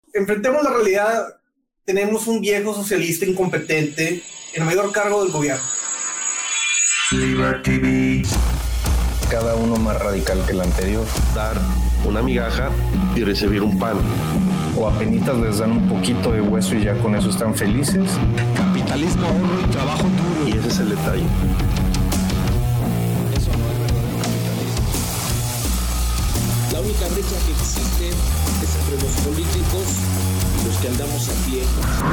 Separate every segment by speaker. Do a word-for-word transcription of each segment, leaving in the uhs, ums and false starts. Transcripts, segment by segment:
Speaker 1: enfrentemos la realidad. Tenemos un viejo socialista incompetente en el mayor cargo del gobierno.
Speaker 2: Liberty.
Speaker 3: Cada uno más radical que el anterior.
Speaker 4: Dar una migaja y recibir un pan.
Speaker 3: O apenitas les dan un poquito de hueso y ya con eso están felices.
Speaker 5: Capitalismo, ahorro y trabajo duro.
Speaker 4: Y ese es el detalle.
Speaker 5: Eso no es verdadero capitalismo. La única brecha que existe es entre los políticos y los que andamos a pie.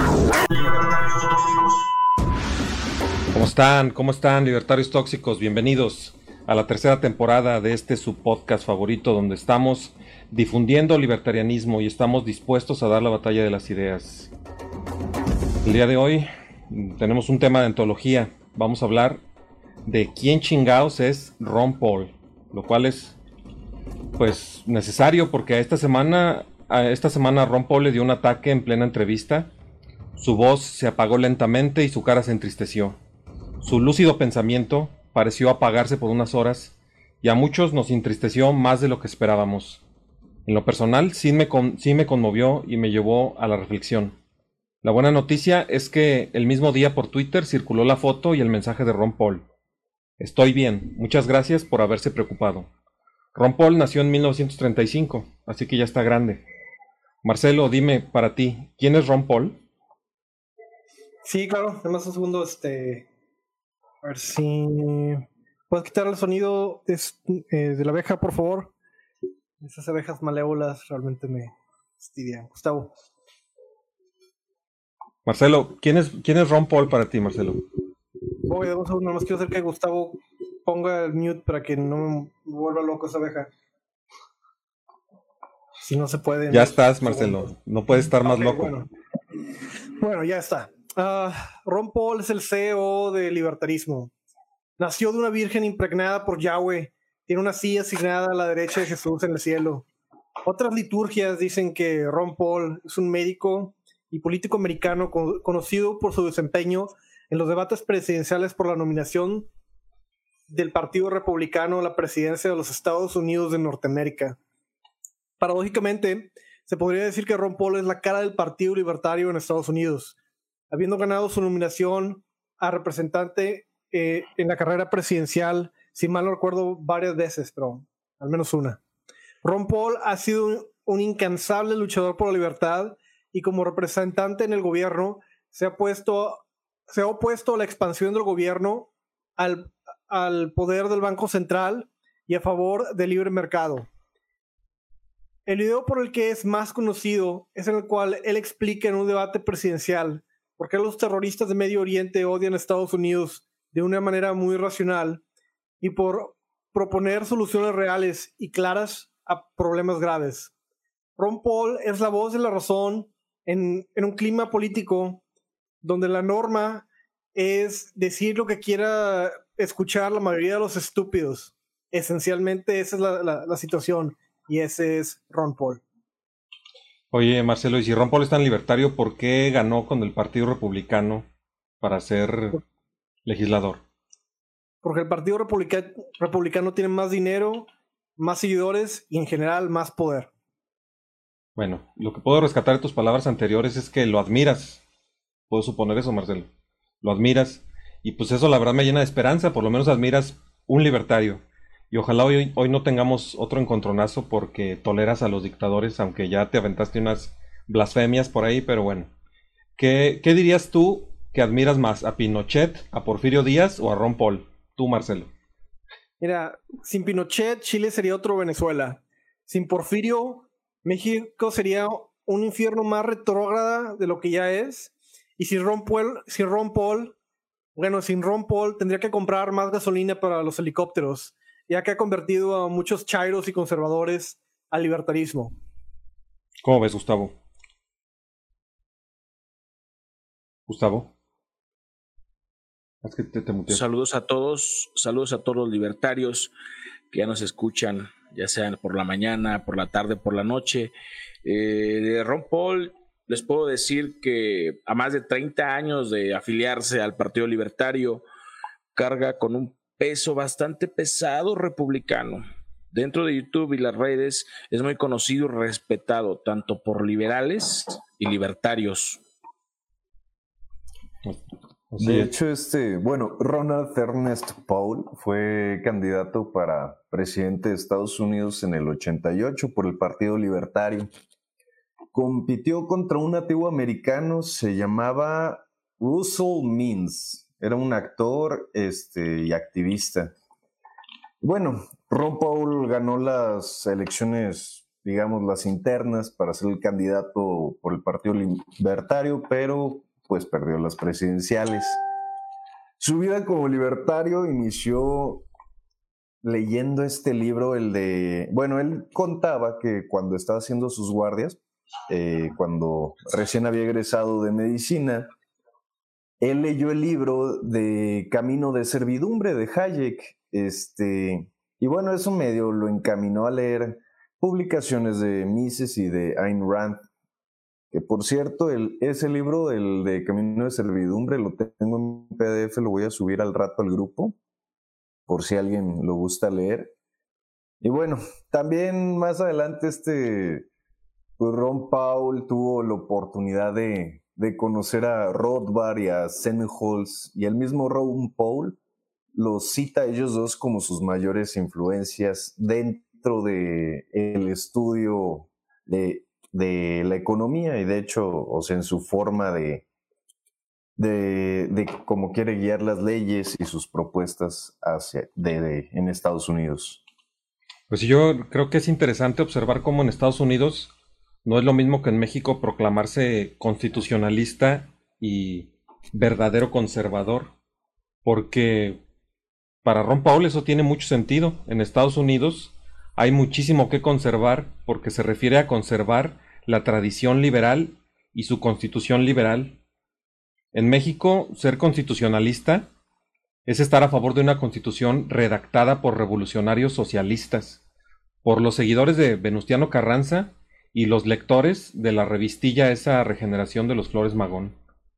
Speaker 6: ¿Cómo están? ¿Cómo están, libertarios tóxicos? Bienvenidos a la tercera temporada de este su podcast favorito, donde estamos difundiendo libertarianismo y estamos dispuestos a dar la batalla de las ideas. El día de hoy tenemos un tema de antología. Vamos a hablar de quién chingaos es Ron Paul, lo cual es pues necesario porque a esta semana a esta semana Ron Paul le dio un ataque en plena entrevista. Su voz se apagó lentamente y su cara se entristeció. Su lúcido pensamiento pareció apagarse por unas horas y a muchos nos entristeció más de lo que esperábamos. En lo personal, sí me, con, sí me conmovió y me llevó a la reflexión. La buena noticia es que el mismo día por Twitter circuló la foto y el mensaje de Ron Paul. Estoy bien, muchas gracias por haberse preocupado. Ron Paul nació en mil novecientos treinta y cinco, así que ya está grande. Marcelo, dime, para ti, ¿quién es Ron Paul?
Speaker 1: Sí, claro, además un segundo, este... A ver si... ¿Puedes quitar el sonido de, eh, de la abeja, por favor? Esas abejas malévolas realmente me fastidian. Gustavo.
Speaker 6: Marcelo, ¿quién es, quién es Ron Paul para ti, Marcelo?
Speaker 1: Voy, un segundo, nomás quiero hacer que Gustavo ponga el mute para que no me vuelva loco esa abeja. Si no se puede.
Speaker 6: Ya estás, Marcelo. Segundos. No puedes estar más okay, loco.
Speaker 1: Bueno. bueno, ya está. Uh, Ron Paul es el C E O de libertarismo. Nació de una virgen impregnada por Yahweh. Tiene una silla asignada a la derecha de Jesús en el cielo. Otras liturgias dicen que Ron Paul es un médico y político americano con, conocido por su desempeño en los debates presidenciales por la nominación del Partido Republicano a la presidencia de los Estados Unidos de Norteamérica. Paradójicamente, se podría decir que Ron Paul es la cara del Partido Libertario en Estados Unidos, habiendo ganado su nominación a representante eh, en la carrera presidencial, si mal no recuerdo, varias veces, pero al menos una. Ron Paul ha sido un, un incansable luchador por la libertad y como representante en el gobierno se ha, puesto, se ha opuesto a la expansión del gobierno, al, al poder del Banco Central y a favor del libre mercado. El video por el que es más conocido es en el cual él explica en un debate presidencial por qué los terroristas de Medio Oriente odian a Estados Unidos de una manera muy racional y por proponer soluciones reales y claras a problemas graves. Ron Paul es la voz de la razón en, en un clima político donde la norma es decir lo que quiera escuchar la mayoría de los estúpidos. Esencialmente esa es la, la, la situación y ese es Ron Paul.
Speaker 6: Oye, Marcelo, y si Ron Paul es tan libertario, ¿por qué ganó con el Partido Republicano para ser legislador?
Speaker 1: Porque el Partido Republica- Republicano tiene más dinero, más seguidores y en general más poder.
Speaker 6: Bueno, lo que puedo rescatar de tus palabras anteriores es que lo admiras. Puedo suponer eso, Marcelo. Lo admiras y pues eso la verdad me llena de esperanza. Por lo menos admiras un libertario. Y ojalá hoy, hoy no tengamos otro encontronazo porque toleras a los dictadores, aunque ya te aventaste unas blasfemias por ahí, pero bueno. ¿Qué, qué dirías tú que admiras más? ¿A Pinochet, a Porfirio Díaz o a Ron Paul? Tú, Marcelo.
Speaker 1: Mira, sin Pinochet, Chile sería otro Venezuela. Sin Porfirio, México sería un infierno más retrógrada de lo que ya es. Y sin Ron Paul, sin Ron Paul, bueno, sin Ron Paul tendría que comprar más gasolina para los helicópteros, ya que ha convertido a muchos chairos y conservadores al libertarismo.
Speaker 6: ¿Cómo ves, Gustavo? Gustavo. Es que te, te muteé.
Speaker 2: Saludos a todos, saludos a todos los libertarios que ya nos escuchan, ya sean por la mañana, por la tarde, por la noche. Eh, de Ron Paul les puedo decir que a más de treinta años de afiliarse al Partido Libertario, carga con un peso bastante pesado republicano. dentro de YouTube y las redes es muy conocido y respetado tanto por liberales y libertarios.
Speaker 7: Así de es. hecho, este, bueno, Ronald Ernest Paul fue candidato para presidente de Estados Unidos en el ochenta y ocho por el Partido Libertario. Compitió contra un nativo americano, se llamaba Russell Means. Era un actor este, y activista. Bueno, Ron Paul ganó las elecciones, digamos, las internas para ser el candidato por el Partido Libertario, pero pues perdió las presidenciales. Su vida como libertario inició leyendo este libro, el de... Bueno, él contaba que cuando estaba haciendo sus guardias, eh, cuando recién había egresado de medicina, él leyó el libro de Camino de Servidumbre de Hayek, este, y bueno, eso medio lo encaminó a leer publicaciones de Mises y de Ayn Rand, que por cierto, el, ese libro, el de Camino de Servidumbre, lo tengo en P D F, lo voy a subir al rato al grupo, por si alguien lo gusta leer. Y bueno, también más adelante este, pues Ron Paul tuvo la oportunidad de, de conocer a Rothbard y a Sennenholz, y el mismo Ron Paul los cita a ellos dos como sus mayores influencias dentro del estudio de de la economía y de hecho, o sea, en su forma de, de, de cómo quiere guiar las leyes y sus propuestas hacia, de, de, en Estados Unidos.
Speaker 6: Pues yo creo que es interesante observar cómo en Estados Unidos no es lo mismo que en México proclamarse constitucionalista y verdadero conservador, porque para Ron Paul eso tiene mucho sentido. En Estados Unidos hay muchísimo que conservar porque se refiere a conservar la tradición liberal y su constitución liberal. En México, ser constitucionalista es estar a favor de una constitución redactada por revolucionarios socialistas, por los seguidores de Venustiano Carranza y los lectores de la revistilla esa Regeneración de los Flores Magón.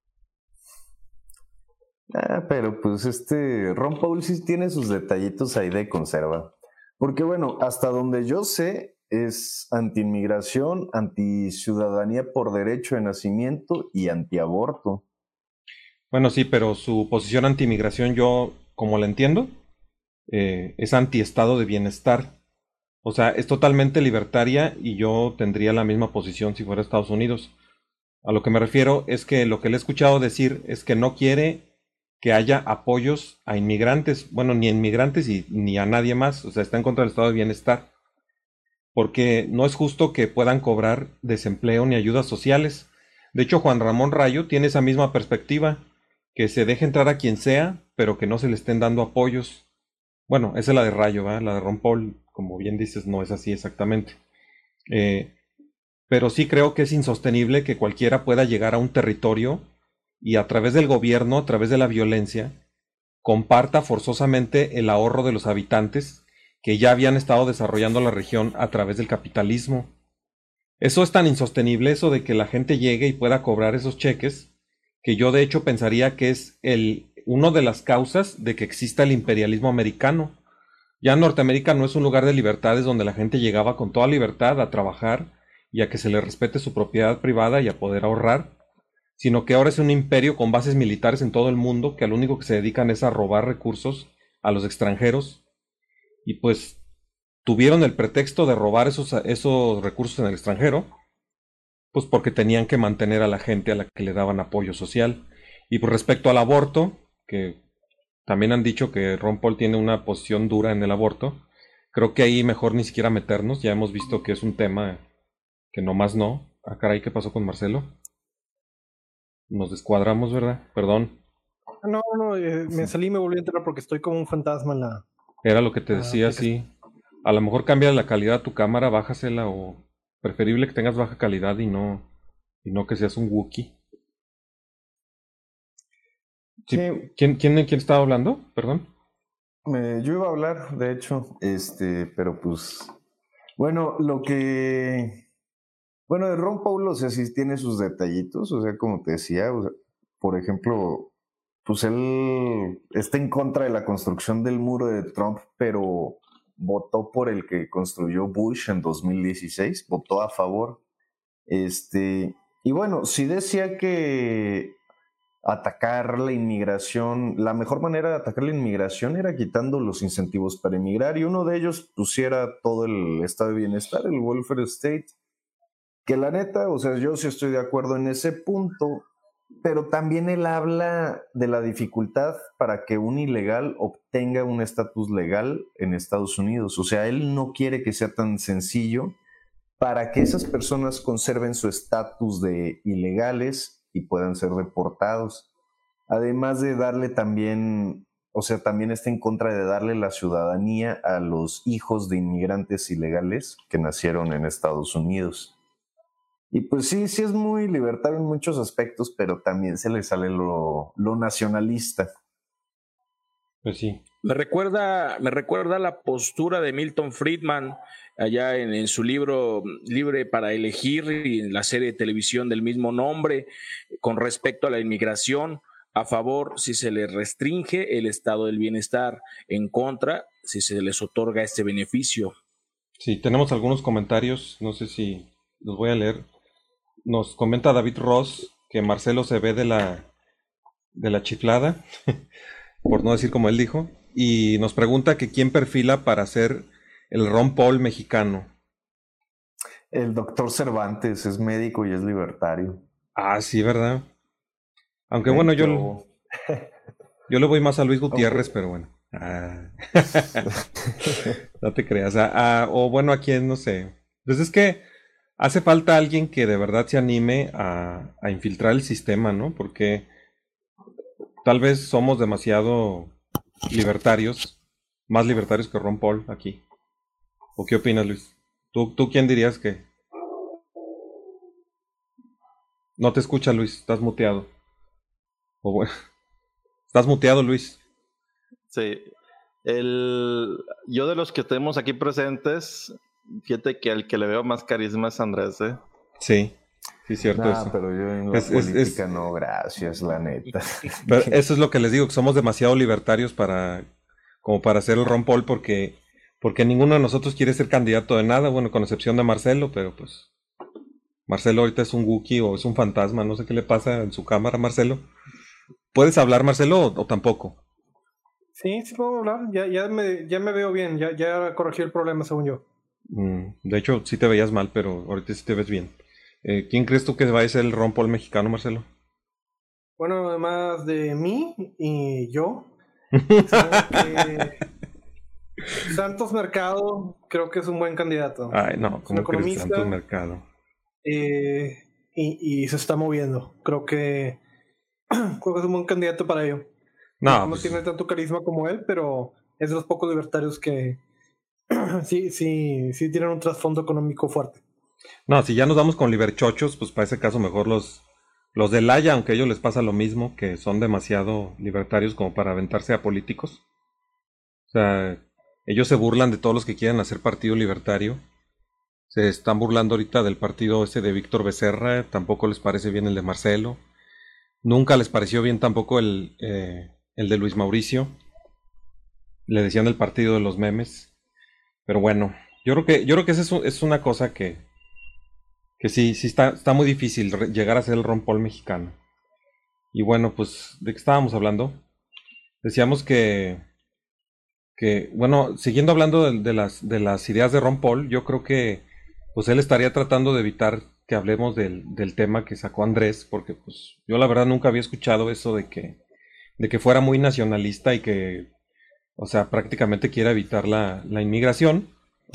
Speaker 7: Ah, pero pues este Ron Paul sí tiene sus detallitos ahí de conserva. Porque bueno, hasta donde yo sé, es anti-inmigración, anti-ciudadanía por derecho de nacimiento y anti-aborto.
Speaker 6: Bueno, sí, pero su posición anti-inmigración, yo, como la entiendo, eh, es anti-estado de bienestar. O sea, es totalmente libertaria y yo tendría la misma posición si fuera Estados Unidos. A lo que me refiero es que lo que le he escuchado decir es que no quiere que haya apoyos a inmigrantes, bueno, ni a inmigrantes y, ni a nadie más, o sea, está en contra del estado de bienestar, porque no es justo que puedan cobrar desempleo ni ayudas sociales. De hecho, Juan Ramón Rayo tiene esa misma perspectiva, que se deje entrar a quien sea, pero que no se le estén dando apoyos. Bueno, esa es la de Rayo, ¿verdad? La de Ron Paul, como bien dices, no es así exactamente. Eh, pero sí creo que es insostenible que cualquiera pueda llegar a un territorio y a través del gobierno, a través de la violencia, comparta forzosamente el ahorro de los habitantes que ya habían estado desarrollando la región a través del capitalismo. Eso es tan insostenible, eso de que la gente llegue y pueda cobrar esos cheques, que yo de hecho pensaría que es el, una de las causas de que exista el imperialismo americano. Ya Norteamérica no es un lugar de libertades donde la gente llegaba con toda libertad a trabajar y a que se le respete su propiedad privada y a poder ahorrar, sino que ahora es un imperio con bases militares en todo el mundo que a lo único que se dedican es a robar recursos a los extranjeros, y pues tuvieron el pretexto de robar esos, esos recursos en el extranjero, pues porque tenían que mantener a la gente a la que le daban apoyo social. Y por respecto al aborto, que también han dicho que Ron Paul tiene una posición dura en el aborto, creo que ahí mejor ni siquiera meternos, ya hemos visto que es un tema que nomás no. Ah, caray, ¿qué pasó con Marcelo? Nos descuadramos, ¿verdad? Perdón.
Speaker 1: No, no, eh, me salí y me volví a entrar porque estoy como un fantasma en la...
Speaker 6: Era lo que te decía, ah, sí. A lo mejor cambia la calidad a tu cámara, bájasela, o preferible que tengas baja calidad y no, y no que seas un Wookiee. Sí. Sí. ¿Quién, quién, ¿Quién estaba hablando? Perdón.
Speaker 7: Eh, yo iba a hablar, de hecho, este, pero pues... Bueno, lo que... Bueno, de Ron Paul, o sea, sí tiene sus detallitos, o sea, como te decía, o sea, por ejemplo, pues él está en contra de la construcción del muro de Trump, pero votó por el que construyó Bush en dos mil dieciséis, votó a favor. Este, y bueno, sí decía que atacar la inmigración, la mejor manera de atacar la inmigración era quitando los incentivos para emigrar, y uno de ellos pusiera todo el estado de bienestar, el welfare state, que la neta, o sea, yo sí estoy de acuerdo en ese punto, pero también él habla de la dificultad para que un ilegal obtenga un estatus legal en Estados Unidos. O sea, él no quiere que sea tan sencillo para que esas personas conserven su estatus de ilegales y puedan ser deportados. Además de darle también, o sea, también está en contra de darle la ciudadanía a los hijos de inmigrantes ilegales que nacieron en Estados Unidos. Y pues sí, sí es muy libertario en muchos aspectos, pero también se le sale lo, lo nacionalista.
Speaker 6: Pues sí.
Speaker 2: Me recuerda, me recuerda la postura de Milton Friedman allá en, en su libro Libre para Elegir y en la serie de televisión del mismo nombre con respecto a la inmigración. A favor si se les restringe el estado del bienestar, en contra si se les otorga este beneficio.
Speaker 6: Sí, tenemos algunos comentarios, no sé si los voy a leer. Nos comenta David Ross que Marcelo se ve de la, de la chiflada, por no decir como él dijo, y nos pregunta que quién perfila para ser el Ron Paul mexicano.
Speaker 7: El doctor Cervantes es médico y es libertario.
Speaker 6: Ah, sí, ¿verdad? Aunque bueno, yo, yo, yo le voy más a Luis Gutiérrez, okay. Pero bueno. Ah. No te creas. Ah, ah, o bueno, a quién, no sé. Pues es que hace falta alguien que de verdad se anime a, a infiltrar el sistema, ¿no? Porque tal vez somos demasiado libertarios, más libertarios que Ron Paul aquí. ¿O qué opinas, Luis? ¿Tú, tú quién dirías que? No te escucha, Luis, estás muteado. O bueno, estás muteado, Luis.
Speaker 8: Sí. El, yo de los que tenemos aquí presentes, fíjate que el que le veo más carisma es Andrés, ¿eh?
Speaker 6: Sí, sí, cierto
Speaker 7: nah,
Speaker 6: eso.
Speaker 7: Pero yo en la es, política es, es... no, gracias, la neta.
Speaker 6: Pero eso es lo que les digo, que somos demasiado libertarios para, como para hacer el Ron Paul, porque, porque ninguno de nosotros quiere ser candidato de nada, bueno, con excepción de Marcelo, pero pues Marcelo ahorita es un Wookiee o es un fantasma, no sé qué le pasa en su cámara, Marcelo. ¿Puedes hablar, Marcelo, o, o tampoco?
Speaker 1: Sí, sí puedo hablar, ya, ya, me, ya me veo bien, ya, ya corregí el problema según yo.
Speaker 6: Mm, de hecho, sí te veías mal, pero ahorita sí te ves bien. Eh, ¿Quién crees tú que va a ser el Ron Paul mexicano, Marcelo?
Speaker 1: Bueno, además de mí y yo, que Santos Mercado creo que es un buen candidato.
Speaker 6: Ay, no, como que Santos Mercado.
Speaker 1: Eh, y, y se está moviendo. Creo que, creo que es un buen candidato para ello. No, no pues... tiene tanto carisma como él, pero es de los pocos libertarios que sí, sí, sí tienen un trasfondo económico fuerte.
Speaker 6: No, si ya nos vamos con liberchochos, pues para ese caso mejor los, los de Laya, aunque a ellos les pasa lo mismo, que son demasiado libertarios como para aventarse a políticos. O sea, ellos se burlan de todos los que quieren hacer partido libertario. Se están burlando ahorita del partido ese de Víctor Becerra, tampoco les parece bien el de Marcelo. Nunca les pareció bien tampoco el, eh, el de Luis Mauricio. Le decían el partido de los memes. Pero bueno, yo creo que, yo creo que esa es, es una cosa que, que sí, sí está, está muy difícil llegar a ser el Ron Paul mexicano. Y bueno, pues, ¿de qué estábamos hablando? Decíamos que, que bueno, siguiendo hablando de, de, las, de las ideas de Ron Paul, yo creo que pues él estaría tratando de evitar que hablemos del, del tema que sacó Andrés, porque pues yo la verdad nunca había escuchado eso de que, de que fuera muy nacionalista y que, o sea, prácticamente quiera evitar la, la inmigración.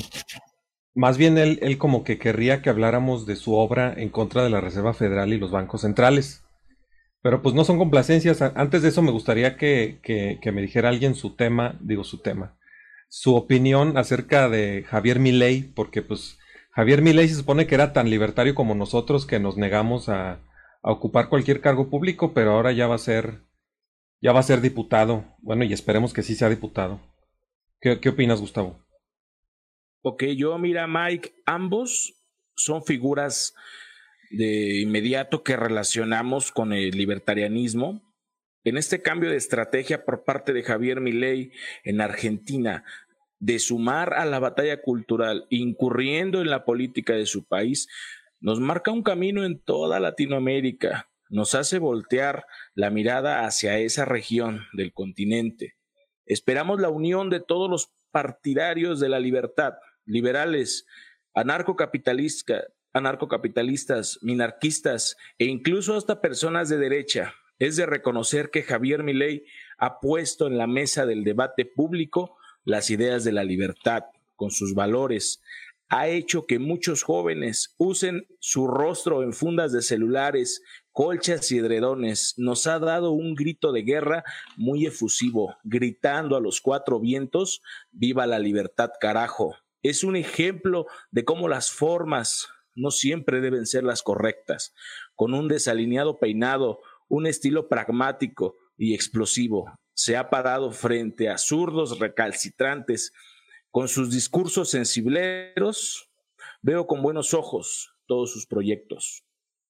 Speaker 6: Más bien él, él como que querría que habláramos de su obra en contra de la Reserva Federal y los bancos centrales. Pero pues no son complacencias. Antes de eso me gustaría que, que, que me dijera alguien su tema, digo su tema, su opinión acerca de Javier Milei, porque pues Javier Milei se supone que era tan libertario como nosotros que nos negamos a, a ocupar cualquier cargo público, pero ahora ya va a ser, ya va a ser diputado. Bueno, y esperemos que sí sea diputado. ¿Qué, qué opinas, Gustavo?
Speaker 2: Ok, yo mira, Mike, ambos son figuras de inmediato que relacionamos con el libertarianismo. En este cambio de estrategia por parte de Javier Milei en Argentina, de sumar a la batalla cultural, incurriendo en la política de su país, nos marca un camino en toda Latinoamérica, nos hace voltear la mirada hacia esa región del continente. Esperamos la unión de todos los partidarios de la libertad, liberales, anarcocapitalistas, anarcocapitalistas, minarquistas e incluso hasta personas de derecha. Es de reconocer que Javier Milei ha puesto en la mesa del debate público las ideas de la libertad con sus valores. Ha hecho que muchos jóvenes usen su rostro en fundas de celulares, colchas y edredones. Nos ha dado un grito de guerra muy efusivo, gritando a los cuatro vientos: ¡viva la libertad, carajo! Es un ejemplo de cómo las formas no siempre deben ser las correctas. Con un desalineado peinado, un estilo pragmático y explosivo, se ha parado frente a zurdos recalcitrantes. Con sus discursos sensibleros, veo con buenos ojos todos sus proyectos.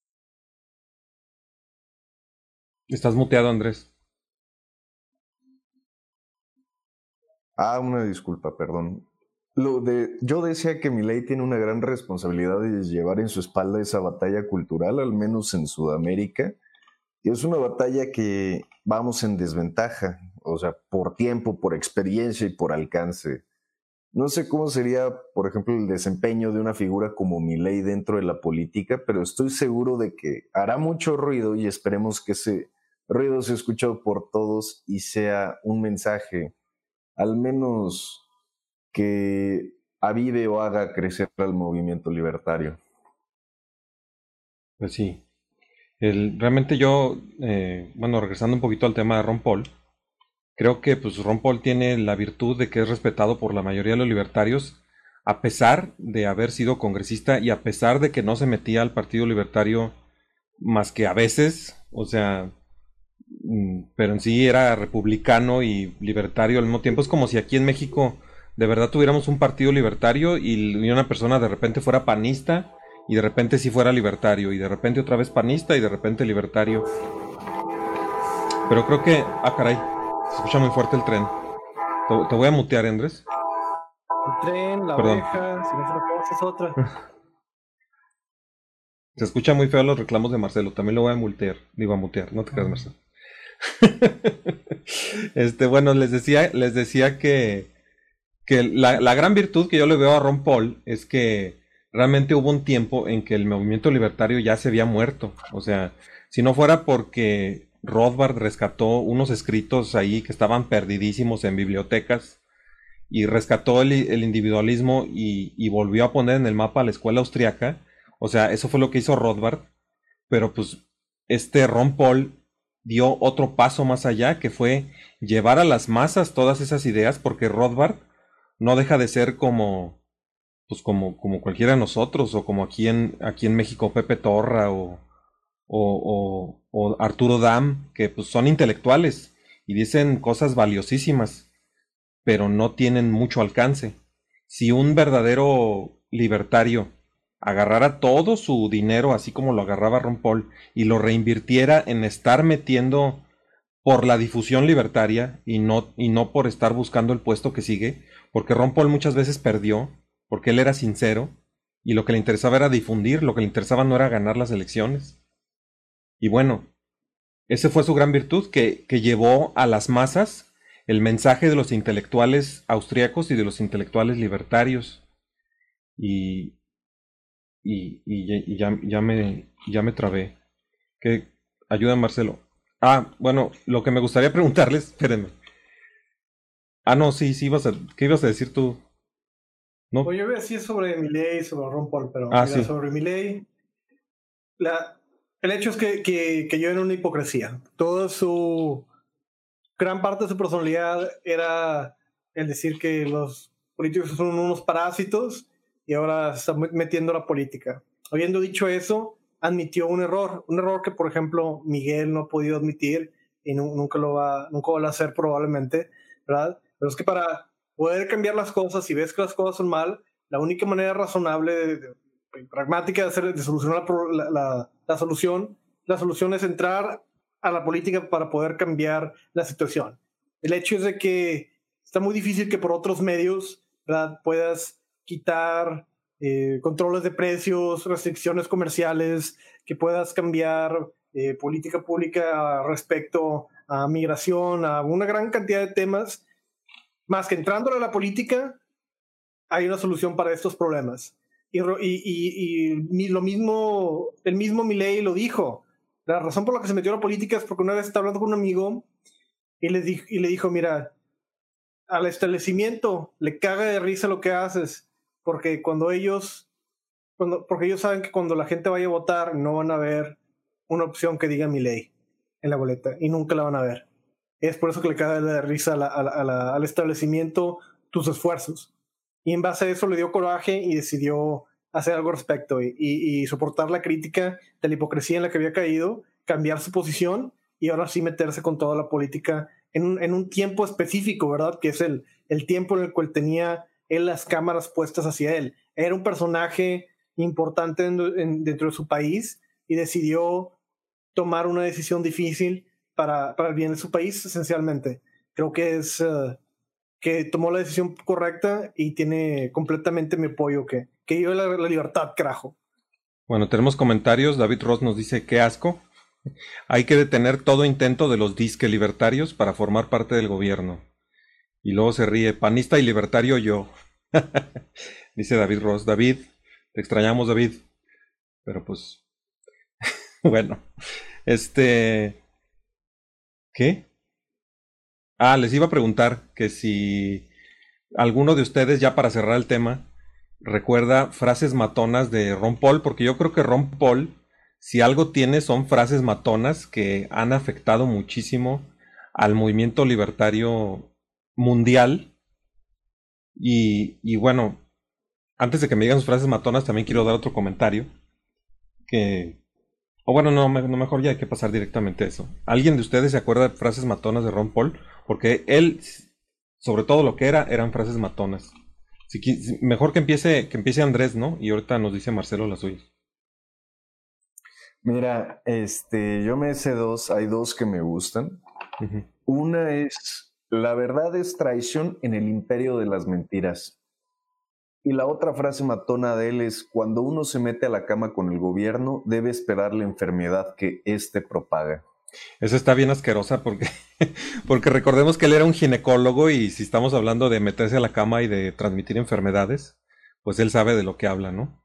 Speaker 6: Estás muteado, Andrés.
Speaker 7: Ah, una disculpa, perdón. Lo de, yo decía que Milei tiene una gran responsabilidad de llevar en su espalda esa batalla cultural, al menos en Sudamérica. Y es una batalla que vamos en desventaja, o sea, por tiempo, por experiencia y por alcance. No sé cómo sería, por ejemplo, el desempeño de una figura como Milei dentro de la política, pero estoy seguro de que hará mucho ruido y esperemos que ese ruido sea escuchado por todos y sea un mensaje, al menos que avive o haga crecer al movimiento libertario.
Speaker 6: Pues sí. El, realmente yo, eh, bueno, regresando un poquito al tema de Ron Paul, creo que pues Ron Paul tiene la virtud de que es respetado por la mayoría de los libertarios, a pesar de haber sido congresista y a pesar de que no se metía al Partido Libertario más que a veces, o sea, pero en sí era republicano y libertario al mismo tiempo. Es como si aquí en México de verdad tuviéramos un partido libertario y una persona de repente fuera panista y de repente sí fuera libertario y de repente otra vez panista y de repente libertario. Pero creo que, ah caray, se escucha muy fuerte el tren. Te, te voy a mutear, Andrés.
Speaker 1: El tren, la
Speaker 6: Perdón.
Speaker 1: oveja, si no es una cosa es otra.
Speaker 6: Se escucha muy feo los reclamos de Marcelo, también lo voy a mutear, digo a mutear, no te creas, Marcelo. Este, bueno, les decía, les decía que, que la, la gran virtud que yo le veo a Ron Paul es que realmente hubo un tiempo en que el movimiento libertario ya se había muerto. O sea, si no fuera porque Rothbard rescató unos escritos ahí que estaban perdidísimos en bibliotecas y rescató el, el individualismo y, y volvió a poner en el mapa a la escuela austriaca. O sea, eso fue lo que hizo Rothbard, pero pues este Ron Paul dio otro paso más allá, que fue llevar a las masas todas esas ideas, porque Rothbard no deja de ser como pues como, como cualquiera de nosotros, o como aquí en, aquí en México Pepe Torra o, o, o, o Arturo Dam, que pues son intelectuales y dicen cosas valiosísimas, pero no tienen mucho alcance. Si un verdadero libertario agarrara todo su dinero, así como lo agarraba Ron Paul, y lo reinvirtiera en estar metiendo por la difusión libertaria y no, y no por estar buscando el puesto que sigue, porque Ron Paul muchas veces perdió, porque él era sincero, y lo que le interesaba era difundir, lo que le interesaba no era ganar las elecciones. Y bueno, esa fue su gran virtud, que, que llevó a las masas el mensaje de los intelectuales austríacos y de los intelectuales libertarios. Y, y, y, y ya, ya, me, ya me trabé. ¿Qué? Ayuda, Marcelo. Ah, bueno, lo que me gustaría preguntarles, espérenme. Ah, no, sí, sí, ibas a, ¿qué ibas a decir tú? ¿No?
Speaker 1: Pues yo voy a decir sobre Milei, sobre Ron Paul, pero
Speaker 6: ah,
Speaker 1: mira,
Speaker 6: sí.
Speaker 1: sobre Milei, la, el hecho es que, que, que yo era una hipocresía. Toda su, gran parte de su personalidad era el decir que los políticos son unos parásitos y ahora se está metiendo a la política. Habiendo dicho eso, admitió un error, un error que, por ejemplo, Miguel no ha podido admitir y no, nunca lo va, nunca lo va a hacer probablemente, ¿verdad? Pero es que para poder cambiar las cosas, si ves que las cosas son mal, la única manera razonable, de, de, de, pragmática de, hacer, de solucionar la, la, la solución, la solución es entrar a la política para poder cambiar la situación. El hecho es de que está muy difícil que por otros medios ¿verdad? Puedas quitar eh, controles de precios, restricciones comerciales, que puedas cambiar eh, política pública respecto a migración, a una gran cantidad de temas, más que entrándole a la política, hay una solución para estos problemas. Y, y, y, y lo mismo, el mismo Milei lo dijo. La razón por la que se metió a la política es porque una vez estaba hablando con un amigo y le, di, y le dijo, mira, al establecimiento le caga de risa lo que haces, porque cuando ellos, cuando, porque ellos saben que cuando la gente vaya a votar no van a ver una opción que diga Milei en la boleta y nunca la van a ver. Es por eso que le caga de risa a la, a la, a la, al establecimiento tus esfuerzos. Y en base a eso le dio coraje y decidió hacer algo al respecto y, y, y soportar la crítica de la hipocresía en la que había caído, cambiar su posición y ahora sí meterse con toda la política en un, en un tiempo específico, ¿verdad? Que es el, el tiempo en el cual tenía él las cámaras puestas hacia él. Era un personaje importante en, en, dentro de su país y decidió tomar una decisión difícil para, para el bien de su país, esencialmente. Creo que es... Uh, que tomó la decisión correcta y tiene completamente mi apoyo, que, que yo la, la libertad, carajo.
Speaker 6: Bueno, tenemos comentarios. David Ross nos dice, qué asco. Hay que detener todo intento de los disque libertarios para formar parte del gobierno. Y luego se ríe, panista y libertario yo. Dice David Ross. David, te extrañamos, David. Pero pues, bueno, este... ¿Qué? Ah, les iba a preguntar que si alguno de ustedes, ya para cerrar el tema, recuerda frases matonas de Ron Paul, porque yo creo que Ron Paul, si algo tiene, son frases matonas que han afectado muchísimo al movimiento libertario mundial. Y, y bueno, antes de que me digan sus frases matonas, también quiero dar otro comentario. Que, o bueno, no, no, mejor ya hay que pasar directamente a eso. ¿Alguien de ustedes se acuerda de frases matonas de Ron Paul? Porque él, sobre todo lo que era, eran frases matonas. Si, mejor que empiece, que empiece Andrés, ¿no? Y ahorita nos dice Marcelo las suyas.
Speaker 7: Mira, este, yo me sé dos, hay dos que me gustan. Uh-huh. Una es, la verdad es traición en el imperio de las mentiras. Y la otra frase matona de él es, cuando uno se mete a la cama con el gobierno, debe esperar la enfermedad que éste propaga.
Speaker 6: Esa está bien asquerosa porque, porque recordemos que él era un ginecólogo y si estamos hablando de meterse a la cama y de transmitir enfermedades, pues él sabe de lo que habla, ¿no?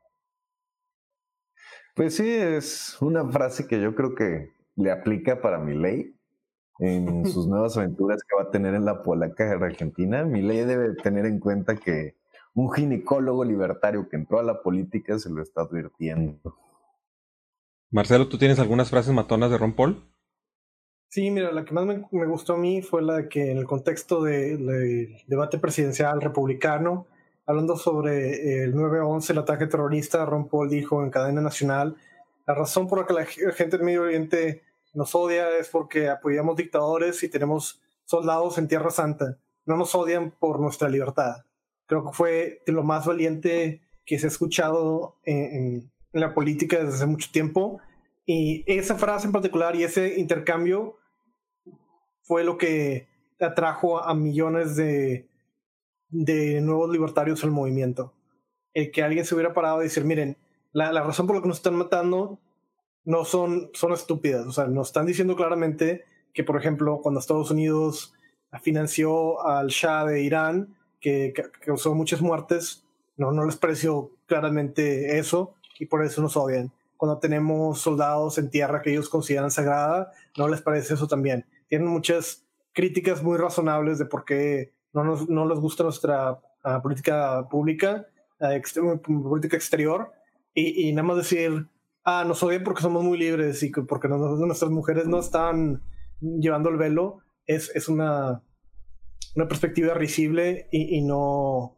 Speaker 7: Pues sí, es una frase que yo creo que le aplica para Milei en sus nuevas aventuras que va a tener en la polaca argentina. Milei debe tener en cuenta que un ginecólogo libertario que entró a la política se lo está advirtiendo.
Speaker 6: Marcelo, ¿tú tienes algunas frases matonas de Ron Paul?
Speaker 1: Sí, mira, la que más me, me gustó a mí fue la que en el contexto del de debate presidencial republicano, hablando sobre el nueve once, el ataque terrorista, Ron Paul dijo en cadena nacional, la razón por la que la gente del Medio Oriente nos odia es porque apoyamos dictadores y tenemos soldados en Tierra Santa. No nos odian por nuestra libertad. Creo que fue de lo más valiente que se ha escuchado en, en, en la política desde hace mucho tiempo. Y esa frase en particular y ese intercambio fue lo que atrajo a millones de, de nuevos libertarios al movimiento. El que alguien se hubiera parado y decir, miren, la, la razón por la que nos están matando no son, son estúpidas. O sea, nos están diciendo claramente que, por ejemplo, cuando Estados Unidos financió al Shah de Irán, que, que causó muchas muertes, no, no les pareció claramente eso y por eso nos odian. Cuando tenemos soldados en tierra que ellos consideran sagrada, no les parece eso también. Tienen muchas críticas muy razonables de por qué no, nos, no les gusta nuestra uh, política pública, uh, exter- política exterior, y, y nada más decir, ah, nos odian porque somos muy libres y porque no, nuestras mujeres no están llevando el velo, es, es una, una perspectiva risible y, y no,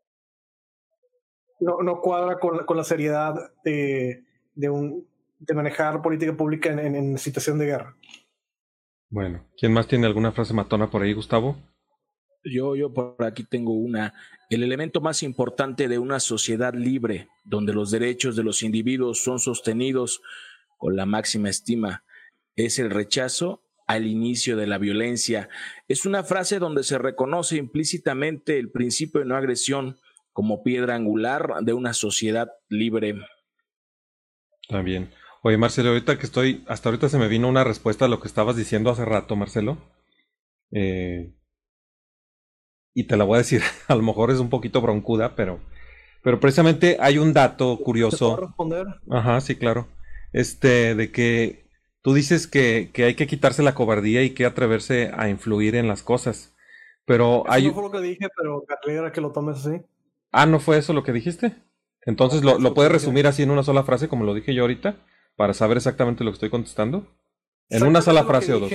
Speaker 1: no, no cuadra con, con la seriedad de... De, un, de manejar política pública en, en, en situación de guerra.
Speaker 6: Bueno, ¿quién más tiene alguna frase matona por ahí, Gustavo?
Speaker 2: Yo, yo por aquí tengo una. El elemento más importante de una sociedad libre, donde los derechos de los individuos son sostenidos con la máxima estima, es el rechazo al inicio de la violencia. Es una frase donde se reconoce implícitamente el principio de no agresión como piedra angular de una sociedad libre.
Speaker 6: Está bien. Oye, Marcelo, ahorita que estoy, hasta ahorita se me vino una respuesta a lo que estabas diciendo hace rato, Marcelo. Eh, y te la voy a decir, a lo mejor es un poquito broncuda, pero, pero precisamente hay un dato curioso.
Speaker 1: ¿Te puedo responder?
Speaker 6: Ajá, sí, claro. Este, de que tú dices que, que hay que quitarse la cobardía y que atreverse a influir en las cosas. Pero
Speaker 1: Eso
Speaker 6: hay.
Speaker 1: no fue lo que dije, pero me alegra que lo tomes así.
Speaker 6: Ah, ¿no fue eso lo que dijiste? Entonces, ¿lo, lo puedes resumir así en una sola frase, como lo dije yo ahorita, para saber exactamente lo que estoy contestando? ¿En una sola frase o dos?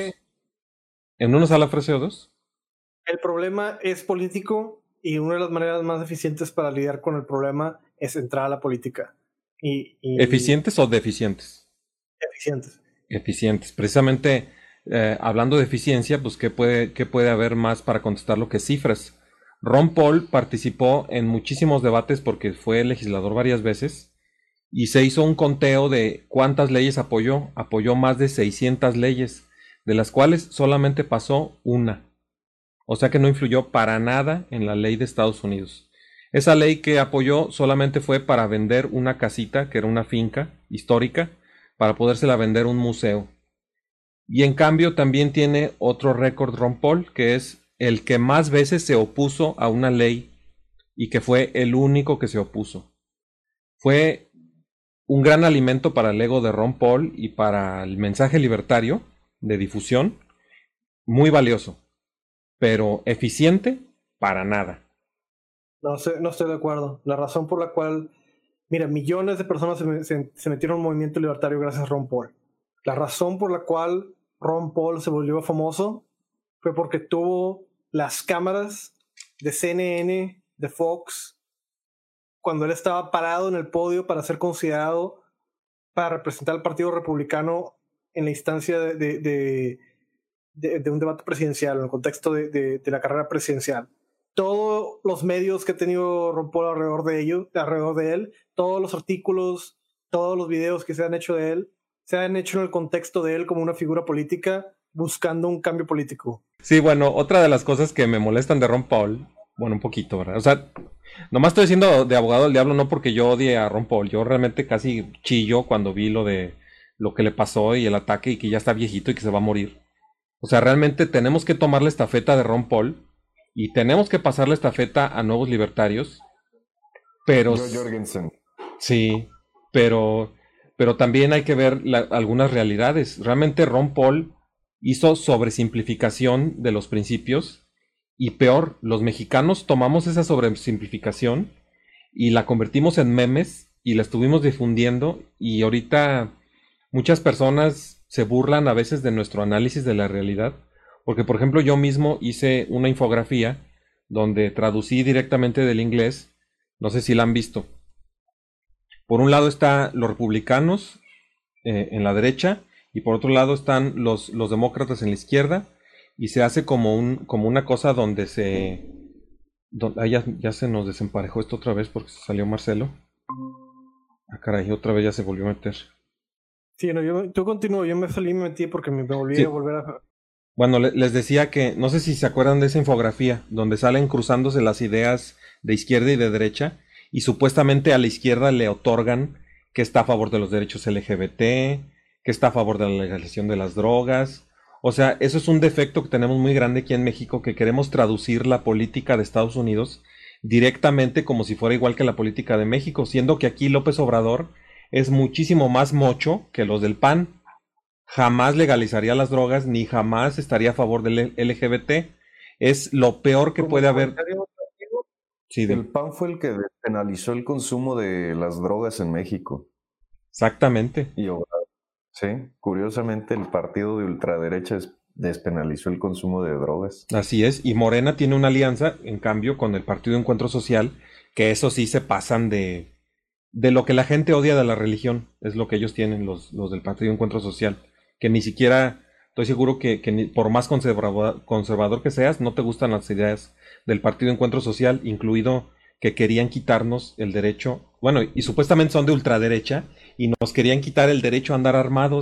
Speaker 6: ¿En una sola frase o dos?
Speaker 1: El problema es político y una de las maneras más eficientes para lidiar con el problema es entrar a la política. Y, y...
Speaker 6: ¿Eficientes o deficientes?
Speaker 1: Eficientes.
Speaker 6: Eficientes. Precisamente, eh, hablando de eficiencia, pues, ¿qué puede, qué puede haber más para contestar lo que cifras? Ron Paul participó en muchísimos debates porque fue legislador varias veces y se hizo un conteo de cuántas leyes apoyó. Apoyó más de seiscientas leyes, de las cuales solamente pasó una. O sea que no influyó para nada en la ley de Estados Unidos. Esa ley que apoyó solamente fue para vender una casita, que era una finca histórica, para podérsela vender a un museo. Y en cambio también tiene otro récord Ron Paul, que es el que más veces se opuso a una ley y que fue el único que se opuso. Fue un gran alimento para el ego de Ron Paul y para el mensaje libertario de difusión, muy valioso, pero eficiente para nada.
Speaker 1: No, sé, no estoy de acuerdo. La razón por la cual, mira, millones de personas se, se, se metieron en un movimiento libertario gracias a Ron Paul. La razón por la cual Ron Paul se volvió famoso fue porque tuvo las cámaras de C N N, de Fox, cuando él estaba parado en el podio para ser considerado para representar al Partido Republicano en la instancia de, de, de, de, de un debate presidencial, en el contexto de, de, de la carrera presidencial. Todos los medios que ha tenido Ron Paul alrededor de, ello, alrededor de él, todos los artículos, todos los videos que se han hecho de él, se han hecho en el contexto de él como una figura política buscando un cambio político.
Speaker 6: Sí, bueno, otra de las cosas que me molestan de Ron Paul, bueno, un poquito, ¿verdad? O sea, nomás estoy diciendo de abogado del diablo, no porque yo odie a Ron Paul, yo realmente casi chillo cuando vi lo de lo que le pasó y el ataque y que ya está viejito y que se va a morir. O sea, realmente tenemos que tomar la estafeta de Ron Paul y tenemos que pasar la estafeta a nuevos libertarios, pero...
Speaker 7: Joe Jorgensen.
Speaker 6: Sí, pero, pero también hay que ver la, algunas realidades. Realmente Ron Paul hizo sobresimplificación de los principios y peor, los mexicanos tomamos esa sobresimplificación y la convertimos en memes y la estuvimos difundiendo y ahorita muchas personas se burlan a veces de nuestro análisis de la realidad, porque por ejemplo yo mismo hice una infografía donde traducí directamente del inglés, no sé si la han visto. Por un lado están los republicanos eh, en la derecha y por otro lado están los, los demócratas en la izquierda y se hace como, un, como una cosa donde se... Donde, ah, ya, ya se nos desemparejó esto otra vez porque se salió Marcelo. Ah, caray, otra vez ya se volvió a meter.
Speaker 1: Sí, no, yo, yo continúo, yo me salí y me metí porque me volví sí. a volver a...
Speaker 6: Bueno, le, les decía que, no sé si se acuerdan de esa infografía, donde salen cruzándose las ideas de izquierda y de derecha, y supuestamente a la izquierda le otorgan que está a favor de los derechos L G B T, que está a favor de la legalización de las drogas. O sea, eso es un defecto que tenemos muy grande aquí en México, que queremos traducir la política de Estados Unidos directamente como si fuera igual que la política de México, siendo que aquí López Obrador es muchísimo más mocho que los del P A N. Jamás legalizaría las drogas, ni jamás estaría a favor del L G B T. Es lo peor que puede haber.
Speaker 7: Sí, de... El P A N fue el que despenalizó el consumo de las drogas en México.
Speaker 6: Exactamente.
Speaker 7: Y sí, curiosamente el partido de ultraderecha despenalizó el consumo de drogas.
Speaker 6: Así es, y Morena tiene una alianza, en cambio, con el Partido Encuentro Social, que eso sí se pasan de, de lo que la gente odia de la religión, es lo que ellos tienen, los, los del Partido Encuentro Social, que ni siquiera, estoy seguro que, que ni, por más conservador, conservador que seas, no te gustan las ideas del Partido Encuentro Social, incluido que querían quitarnos el derecho, bueno, y supuestamente son de ultraderecha, y nos querían quitar el derecho a andar armados.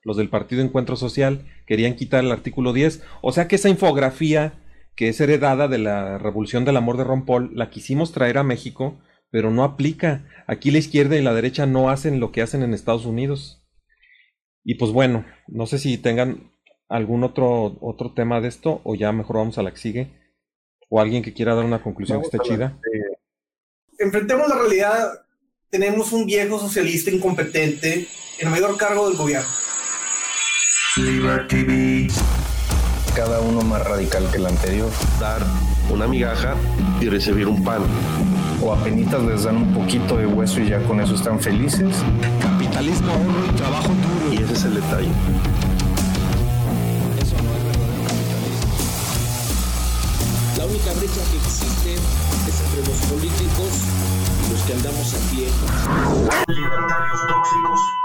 Speaker 6: los del Partido Encuentro Social, querían quitar el artículo diez. O sea que esa infografía que es heredada de la Revolución del Amor de Ron Paul, la quisimos traer a México, pero no aplica. Aquí la izquierda y la derecha no hacen lo que hacen en Estados Unidos. Y pues bueno, no sé si tengan algún otro, otro tema de esto, o ya mejor vamos a la que sigue, o alguien que quiera dar una conclusión
Speaker 7: Vamos
Speaker 6: que esté chida.
Speaker 1: Enfrentemos la realidad. Tenemos un viejo socialista incompetente en el mayor cargo del gobierno.
Speaker 3: Cada uno más radical que el anterior.
Speaker 4: Dar una migaja y recibir un pan.
Speaker 3: O apenitas les dan un poquito de hueso y ya con eso están felices.
Speaker 9: Capitalismo, ahorro y trabajo duro.
Speaker 4: Y ese es el detalle.
Speaker 5: Eso no es verdadero capitalismo. La única brecha que existe es entre los políticos y los que andamos a pie.
Speaker 10: Libertarios tóxicos.